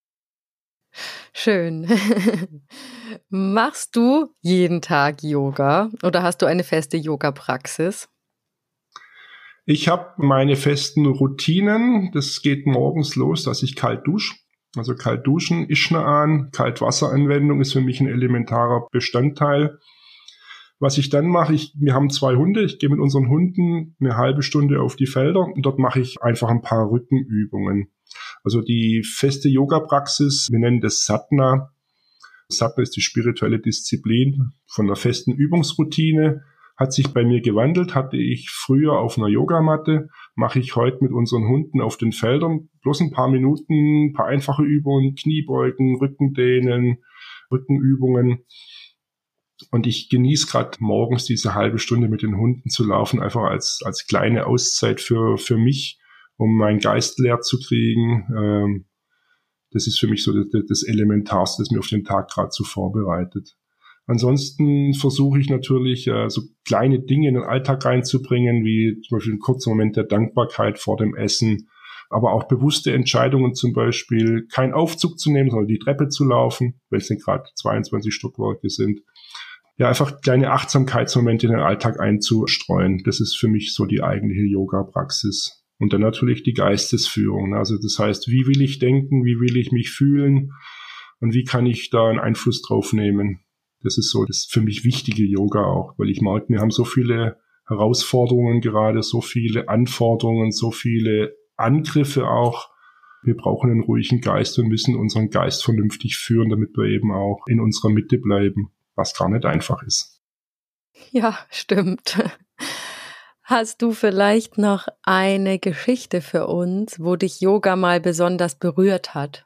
Schön. Machst du jeden Tag Yoga oder hast du eine feste Yoga-Praxis?
Ich habe meine festen Routinen. Das geht morgens los, dass ich kalt dusche. Also kalt duschen, Ishnaan, Kaltwasseranwendung ist für mich ein elementarer Bestandteil. Was ich dann mache, wir haben 2 Hunde, ich gehe mit unseren Hunden eine halbe Stunde auf die Felder und dort mache ich einfach ein paar Rückenübungen. Also die feste Yoga-Praxis, wir nennen das Sadhana, Sadhana ist die spirituelle Disziplin von einer festen Übungsroutine. Hat sich bei mir gewandelt, hatte ich früher auf einer Yogamatte, mache ich heute mit unseren Hunden auf den Feldern bloß ein paar Minuten, ein paar einfache Übungen, Kniebeugen, Rückendehnen, Rückenübungen. Und ich genieße gerade morgens diese halbe Stunde mit den Hunden zu laufen, einfach als kleine Auszeit für mich, um meinen Geist leer zu kriegen. Das ist für mich so das Elementarste, das mir auf den Tag gerade so vorbereitet. Ansonsten versuche ich natürlich, so kleine Dinge in den Alltag reinzubringen, wie zum Beispiel einen kurzen Moment der Dankbarkeit vor dem Essen, aber auch bewusste Entscheidungen, zum Beispiel keinen Aufzug zu nehmen, sondern die Treppe zu laufen, weil es nicht gerade 22 Stockwerke sind. Ja, einfach kleine Achtsamkeitsmomente in den Alltag einzustreuen. Das ist für mich so die eigentliche Yoga-Praxis. Und dann natürlich die Geistesführung. Also das heißt, wie will ich denken, wie will ich mich fühlen und wie kann ich da einen Einfluss drauf nehmen? Das ist so das für mich wichtige Yoga auch, weil ich merke, wir haben so viele Herausforderungen gerade, so viele Anforderungen, so viele Angriffe auch. Wir brauchen einen ruhigen Geist und müssen unseren Geist vernünftig führen, damit wir eben auch in unserer Mitte bleiben, was gar nicht einfach ist.
Ja, stimmt. Hast du vielleicht noch eine Geschichte für uns, wo dich Yoga mal besonders berührt hat?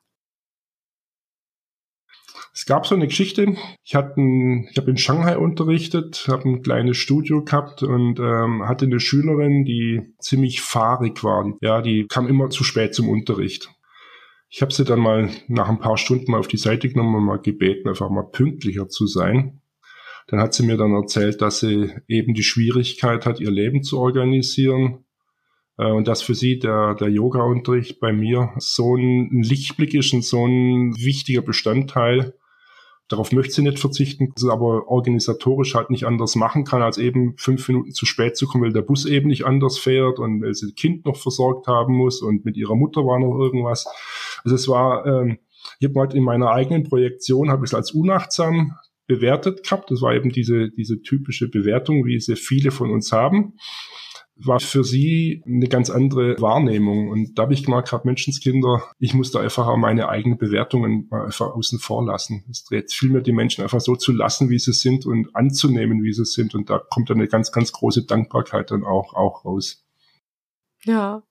Es gab so eine Geschichte, ich habe in Shanghai unterrichtet, habe ein kleines Studio gehabt und hatte eine Schülerin, die ziemlich fahrig war. Ja, die kam immer zu spät zum Unterricht. Ich habe sie dann mal nach ein paar Stunden mal auf die Seite genommen und mal gebeten, einfach mal pünktlicher zu sein. Dann hat sie mir dann erzählt, dass sie eben die Schwierigkeit hat, ihr Leben zu organisieren. Und dass für sie der Yoga-Unterricht bei mir so ein Lichtblick ist und so ein wichtiger Bestandteil. Darauf möchte sie nicht verzichten, aber organisatorisch halt nicht anders machen kann, als eben 5 Minuten zu spät zu kommen, weil der Bus eben nicht anders fährt und weil sie das Kind noch versorgt haben muss und mit ihrer Mutter war noch irgendwas. Also es war, ich habe halt in meiner eigenen Projektion, habe ich es als unachtsam bewertet gehabt. Das war eben diese typische Bewertung, wie sie viele von uns haben. War für sie eine ganz andere Wahrnehmung. Und da habe ich gemerkt, gerade Menschenskinder, ich muss da einfach auch meine eigenen Bewertungen mal einfach außen vor lassen. Es dreht viel mehr, die Menschen einfach so zu lassen, wie sie sind und anzunehmen, wie sie sind. Und da kommt dann eine ganz, ganz große Dankbarkeit dann auch raus.
Ja.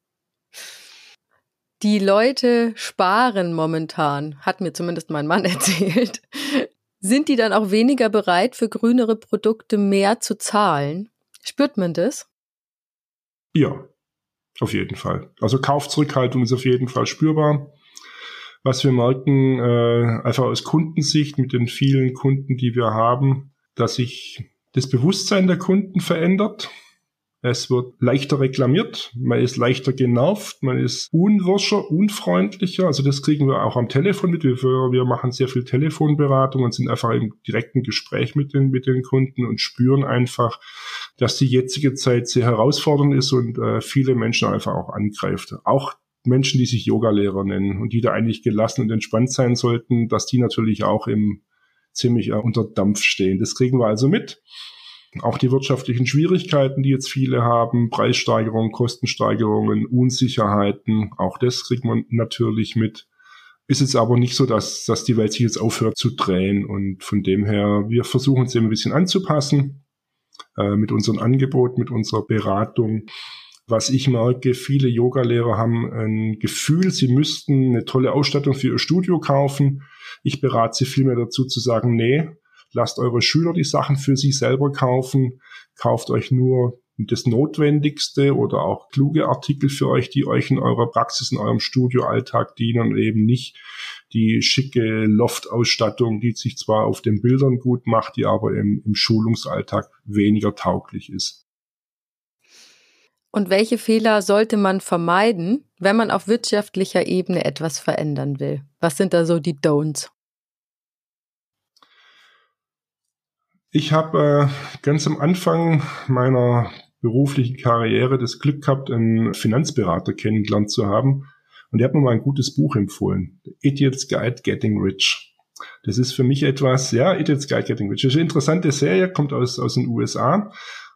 Die Leute sparen momentan, hat mir zumindest mein Mann erzählt. Sind die dann auch weniger bereit, für grünere Produkte mehr zu zahlen? Spürt man das?
Ja, auf jeden Fall. Also Kaufzurückhaltung ist auf jeden Fall spürbar. Was wir merken, einfach aus Kundensicht mit den vielen Kunden, die wir haben, dass sich das Bewusstsein der Kunden verändert. Es wird leichter reklamiert, man ist leichter genervt, man ist unwirscher, unfreundlicher. Also das kriegen wir auch am Telefon mit. Wir machen sehr viel Telefonberatung und sind einfach im direkten Gespräch mit den Kunden und spüren einfach, dass die jetzige Zeit sehr herausfordernd ist und viele Menschen einfach auch angreift. Auch Menschen, die sich Yogalehrer nennen und die da eigentlich gelassen und entspannt sein sollten, dass die natürlich auch ziemlich unter Dampf stehen. Das kriegen wir also mit. Auch die wirtschaftlichen Schwierigkeiten, die jetzt viele haben, Preissteigerungen, Kostensteigerungen, Unsicherheiten, auch das kriegt man natürlich mit. Ist jetzt aber nicht so, dass die Welt sich jetzt aufhört zu drehen. Und von dem her, wir versuchen uns eben ein bisschen anzupassen mit unserem Angebot, mit unserer Beratung. Was ich merke, viele Yogalehrer haben ein Gefühl, sie müssten eine tolle Ausstattung für ihr Studio kaufen. Ich berate sie vielmehr dazu zu sagen, nee, lasst eure Schüler die Sachen für sich selber kaufen. Kauft euch nur das Notwendigste oder auch kluge Artikel für euch, die euch in eurer Praxis, in eurem Studioalltag dienen und eben nicht die schicke Loft-Ausstattung, die sich zwar auf den Bildern gut macht, die aber im Schulungsalltag weniger tauglich ist.
Und welche Fehler sollte man vermeiden, wenn man auf wirtschaftlicher Ebene etwas verändern will? Was sind da so die Don'ts?
Ich habe ganz am Anfang meiner beruflichen Karriere das Glück gehabt, einen Finanzberater kennengelernt zu haben. Und der hat mir mal ein gutes Buch empfohlen. The Idiot's Guide Getting Rich. Das ist für mich etwas, Idiot's Guide Getting Rich. Das ist eine interessante Serie, kommt aus den USA.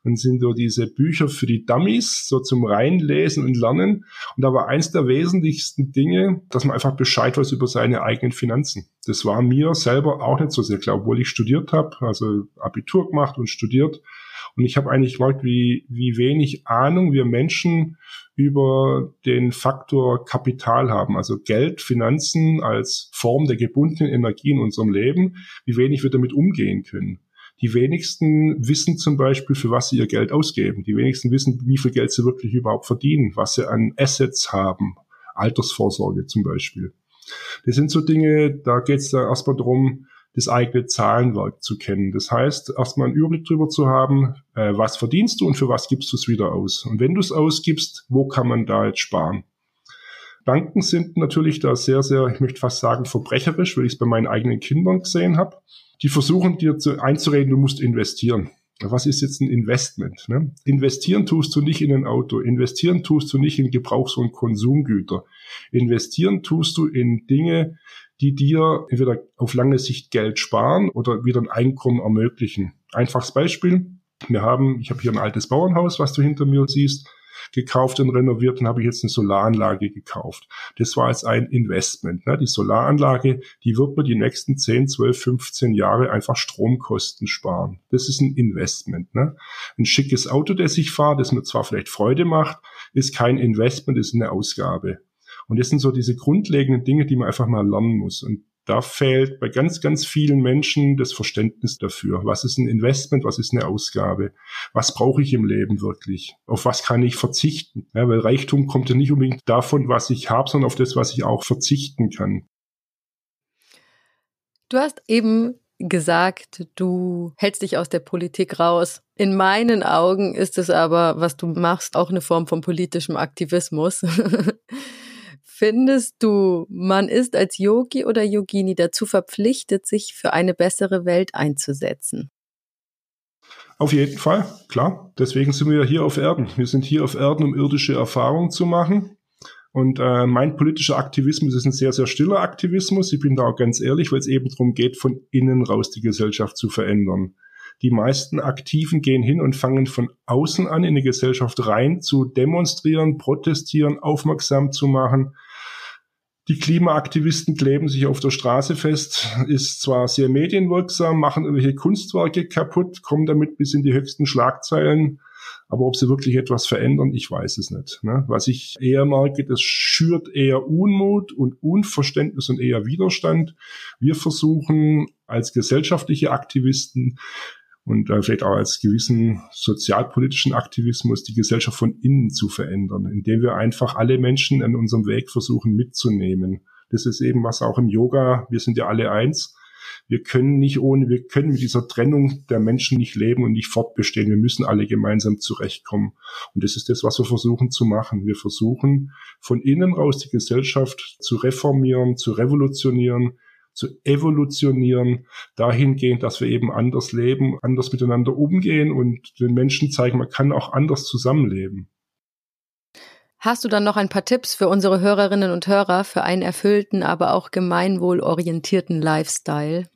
und sind so diese Bücher für die Dummies, so zum Reinlesen und Lernen. Und da war eins der wesentlichsten Dinge, dass man einfach Bescheid weiß über seine eigenen Finanzen. Das war mir selber auch nicht so sehr klar, obwohl ich studiert habe, also Abitur gemacht und studiert. Und ich habe eigentlich gemerkt, wie wenig Ahnung wir Menschen über den Faktor Kapital haben, also Geld, Finanzen als Form der gebundenen Energie in unserem Leben, wie wenig wir damit umgehen können. Die wenigsten wissen zum Beispiel, für was sie ihr Geld ausgeben. Die wenigsten wissen, wie viel Geld sie wirklich überhaupt verdienen, was sie an Assets haben, Altersvorsorge zum Beispiel. Das sind so Dinge, da geht es da erstmal darum, das eigene Zahlenwerk zu kennen. Das heißt, erstmal einen Überblick darüber zu haben, was verdienst du und für was gibst du es wieder aus. Und wenn du es ausgibst, wo kann man da jetzt sparen? Banken sind natürlich da sehr, sehr, ich möchte fast sagen, verbrecherisch, weil ich es bei meinen eigenen Kindern gesehen habe. Die versuchen dir einzureden, du musst investieren. Was ist jetzt ein Investment? Ne? Investieren tust du nicht in ein Auto. Investieren tust du nicht in Gebrauchs- und Konsumgüter. Investieren tust du in Dinge, die dir entweder auf lange Sicht Geld sparen oder wieder ein Einkommen ermöglichen. Einfaches Beispiel. Ich habe hier ein altes Bauernhaus, was du hinter mir siehst, gekauft und renoviert, und habe ich jetzt eine Solaranlage gekauft. Das war jetzt ein Investment. Ne? Die Solaranlage, die wird mir die nächsten 10, 12, 15 Jahre einfach Stromkosten sparen. Das ist ein Investment. Ne? Ein schickes Auto, das ich fahre, das mir zwar vielleicht Freude macht, ist kein Investment, ist eine Ausgabe. Und das sind so diese grundlegenden Dinge, die man einfach mal lernen muss. Und da fehlt bei ganz, ganz vielen Menschen das Verständnis dafür. Was ist ein Investment? Was ist eine Ausgabe? Was brauche ich im Leben wirklich? Auf was kann ich verzichten? Ja, weil Reichtum kommt ja nicht unbedingt davon, was ich habe, sondern auf das, was ich auch verzichten kann.
Du hast eben gesagt, du hältst dich aus der Politik raus. In meinen Augen ist es aber, was du machst, auch eine Form von politischem Aktivismus. Findest du, man ist als Yogi oder Yogini dazu verpflichtet, sich für eine bessere Welt einzusetzen?
Auf jeden Fall, klar. Deswegen sind wir hier auf Erden. Wir sind hier auf Erden, um irdische Erfahrungen zu machen. Und mein politischer Aktivismus ist ein sehr, sehr stiller Aktivismus. Ich bin da auch ganz ehrlich, weil es eben darum geht, von innen raus die Gesellschaft zu verändern. Die meisten Aktiven gehen hin und fangen von außen an, in die Gesellschaft rein zu demonstrieren, protestieren, aufmerksam zu machen. Die Klimaaktivisten kleben sich auf der Straße fest, ist zwar sehr medienwirksam, machen irgendwelche Kunstwerke kaputt, kommen damit bis in die höchsten Schlagzeilen, aber ob sie wirklich etwas verändern, ich weiß es nicht. Ne? Was ich eher merke, das schürt eher Unmut und Unverständnis und eher Widerstand. Wir versuchen als gesellschaftliche Aktivisten und vielleicht auch als gewissen sozialpolitischen Aktivismus die Gesellschaft von innen zu verändern, indem wir einfach alle Menschen an unserem Weg versuchen mitzunehmen. Das ist eben was auch im Yoga, wir sind ja alle eins. Wir können mit dieser Trennung der Menschen nicht leben und nicht fortbestehen. Wir müssen alle gemeinsam zurechtkommen. Und das ist das, was wir versuchen zu machen. Wir versuchen von innen raus die Gesellschaft zu reformieren, zu revolutionieren, zu evolutionieren, dahingehend, dass wir eben anders leben, anders miteinander umgehen und den Menschen zeigen, man kann auch anders zusammenleben.
Hast du dann noch ein paar Tipps für unsere Hörerinnen und Hörer für einen erfüllten, aber auch gemeinwohlorientierten Lifestyle?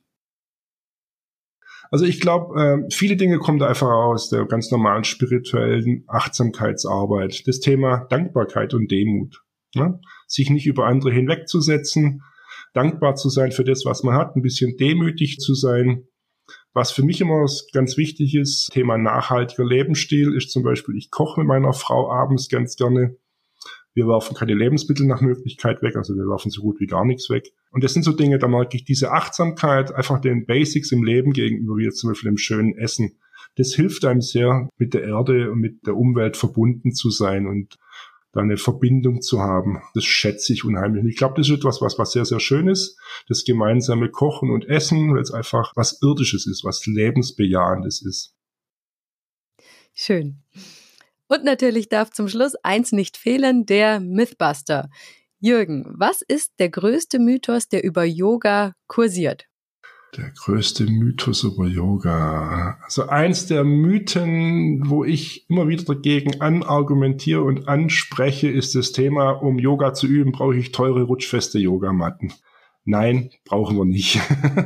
Also ich glaube, viele Dinge kommen da einfach aus der ganz normalen spirituellen Achtsamkeitsarbeit. Das Thema Dankbarkeit und Demut. Ne? Sich nicht über andere hinwegzusetzen, dankbar zu sein für das, was man hat, ein bisschen demütig zu sein. Was für mich immer ganz wichtig ist, Thema nachhaltiger Lebensstil, ist zum Beispiel, ich koche mit meiner Frau abends ganz gerne. Wir werfen keine Lebensmittel nach Möglichkeit weg, also wir werfen so gut wie gar nichts weg. Und das sind so Dinge, da merke ich diese Achtsamkeit einfach den Basics im Leben gegenüber, wie jetzt zum Beispiel dem schönen Essen. Das hilft einem sehr, mit der Erde und mit der Umwelt verbunden zu sein und da eine Verbindung zu haben. Das schätze ich unheimlich. Und ich glaube, das ist etwas, was sehr, sehr schön ist. Das gemeinsame Kochen und Essen, weil es einfach was Irdisches ist, was Lebensbejahendes ist.
Schön. Und natürlich darf zum Schluss eins nicht fehlen, der Mythbuster. Jürgen, was ist der größte Mythos, der über Yoga kursiert?
Der größte Mythos über Yoga. Also eins der Mythen, wo ich immer wieder dagegen anargumentiere und anspreche, ist das Thema, um Yoga zu üben, brauche ich teure, rutschfeste Yogamatten. Nein, brauchen wir nicht.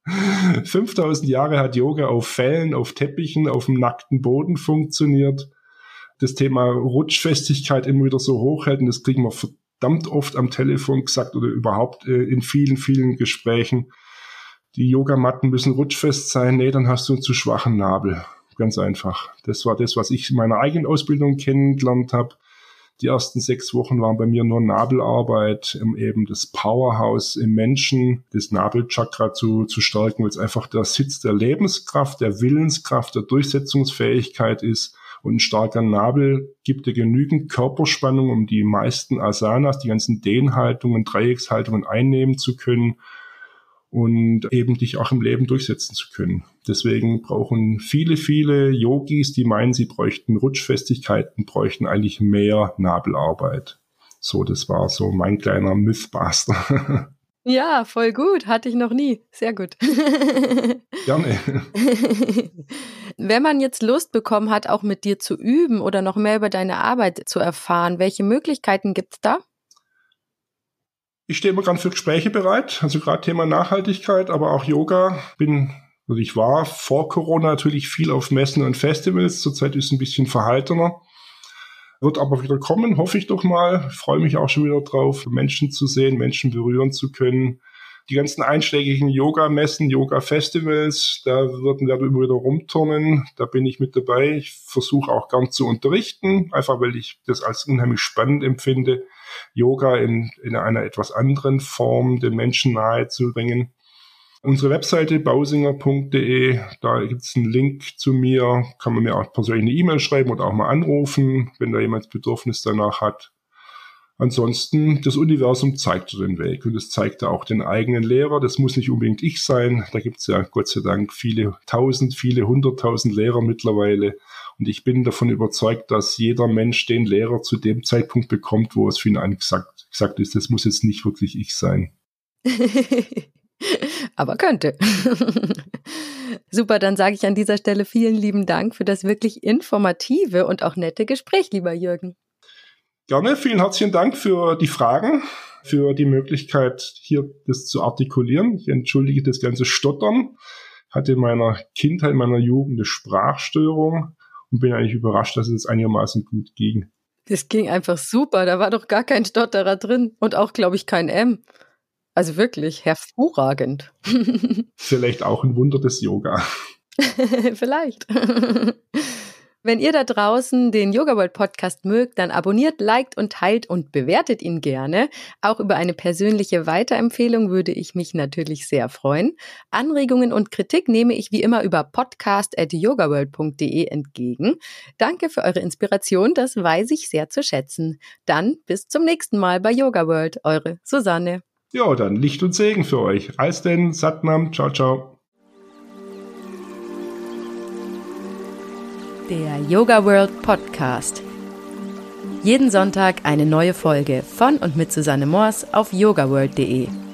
5000 Jahre hat Yoga auf Fellen, auf Teppichen, auf dem nackten Boden funktioniert. Das Thema Rutschfestigkeit immer wieder so hochhalten, das kriegen wir verdammt oft am Telefon gesagt oder überhaupt in vielen, vielen Gesprächen. Die Yogamatten müssen rutschfest sein. Nee, dann hast du einen zu schwachen Nabel. Ganz einfach. Das war das, was ich in meiner eigenen Ausbildung kennengelernt habe. Die ersten 6 Wochen waren bei mir nur Nabelarbeit, um eben das Powerhouse im Menschen, das Nabelchakra zu stärken, weil es einfach der Sitz der Lebenskraft, der Willenskraft, der Durchsetzungsfähigkeit ist. Und ein starker Nabel gibt dir genügend Körperspannung, um die meisten Asanas, die ganzen Dehnhaltungen, Dreieckshaltungen einnehmen zu können und eben dich auch im Leben durchsetzen zu können. Deswegen brauchen viele, viele Yogis, die meinen, sie bräuchten Rutschfestigkeiten, bräuchten eigentlich mehr Nabelarbeit. So, das war so mein kleiner Mythbuster.
Ja, voll gut. Hatte ich noch nie. Sehr gut.
Gerne.
Wenn man jetzt Lust bekommen hat, auch mit dir zu üben oder noch mehr über deine Arbeit zu erfahren, welche Möglichkeiten gibt's da?
Ich stehe immer gern für Gespräche bereit, also gerade Thema Nachhaltigkeit, aber auch Yoga. Ich war vor Corona natürlich viel auf Messen und Festivals, zurzeit ist es ein bisschen verhaltener. Wird aber wieder kommen, hoffe ich doch mal. Ich freue mich auch schon wieder drauf, Menschen zu sehen, Menschen berühren zu können. Die ganzen einschlägigen Yoga-Messen, Yoga-Festivals, da werden wir immer wieder rumturnen. Da bin ich mit dabei. Ich versuche auch gern zu unterrichten, einfach weil ich das als unheimlich spannend empfinde, Yoga in einer etwas anderen Form den Menschen nahe zu bringen. Unsere Webseite bausinger.de, da gibt es einen Link zu mir, kann man mir auch persönlich eine E-Mail schreiben oder auch mal anrufen, wenn da jemand Bedürfnis danach hat. Ansonsten, das Universum zeigt dir den Weg und es zeigt ja auch den eigenen Lehrer. Das muss nicht unbedingt ich sein. Da gibt es ja Gott sei Dank viele 100.000 Lehrer mittlerweile. Und ich bin davon überzeugt, dass jeder Mensch den Lehrer zu dem Zeitpunkt bekommt, wo es für ihn angesagt ist. Das muss jetzt nicht wirklich ich sein.
Aber könnte. Super, dann sage ich an dieser Stelle vielen lieben Dank für das wirklich informative und auch nette Gespräch, lieber Jürgen.
Gerne, vielen herzlichen Dank für die Fragen, für die Möglichkeit, hier das zu artikulieren. Ich entschuldige das ganze Stottern. Hatte in meiner Kindheit, in meiner Jugend eine Sprachstörung und bin eigentlich überrascht, dass es einigermaßen gut ging.
Das ging einfach super, da war doch gar kein Stotterer drin und auch, glaube ich, kein M. Also wirklich hervorragend.
Vielleicht auch ein Wunder des Yoga.
Vielleicht. Wenn ihr da draußen den Yoga World Podcast mögt, dann abonniert, liked und teilt und bewertet ihn gerne. Auch über eine persönliche Weiterempfehlung würde ich mich natürlich sehr freuen. Anregungen und Kritik nehme ich wie immer über podcast@yogaworld.de entgegen. Danke für eure Inspiration, das weiß ich sehr zu schätzen. Dann bis zum nächsten Mal bei Yoga World, eure Susanne.
Ja, dann Licht und Segen für euch. Als denn, Satnam, ciao, ciao.
Der Yoga World Podcast. Jeden Sonntag eine neue Folge von und mit Susanne Moors auf yogaworld.de.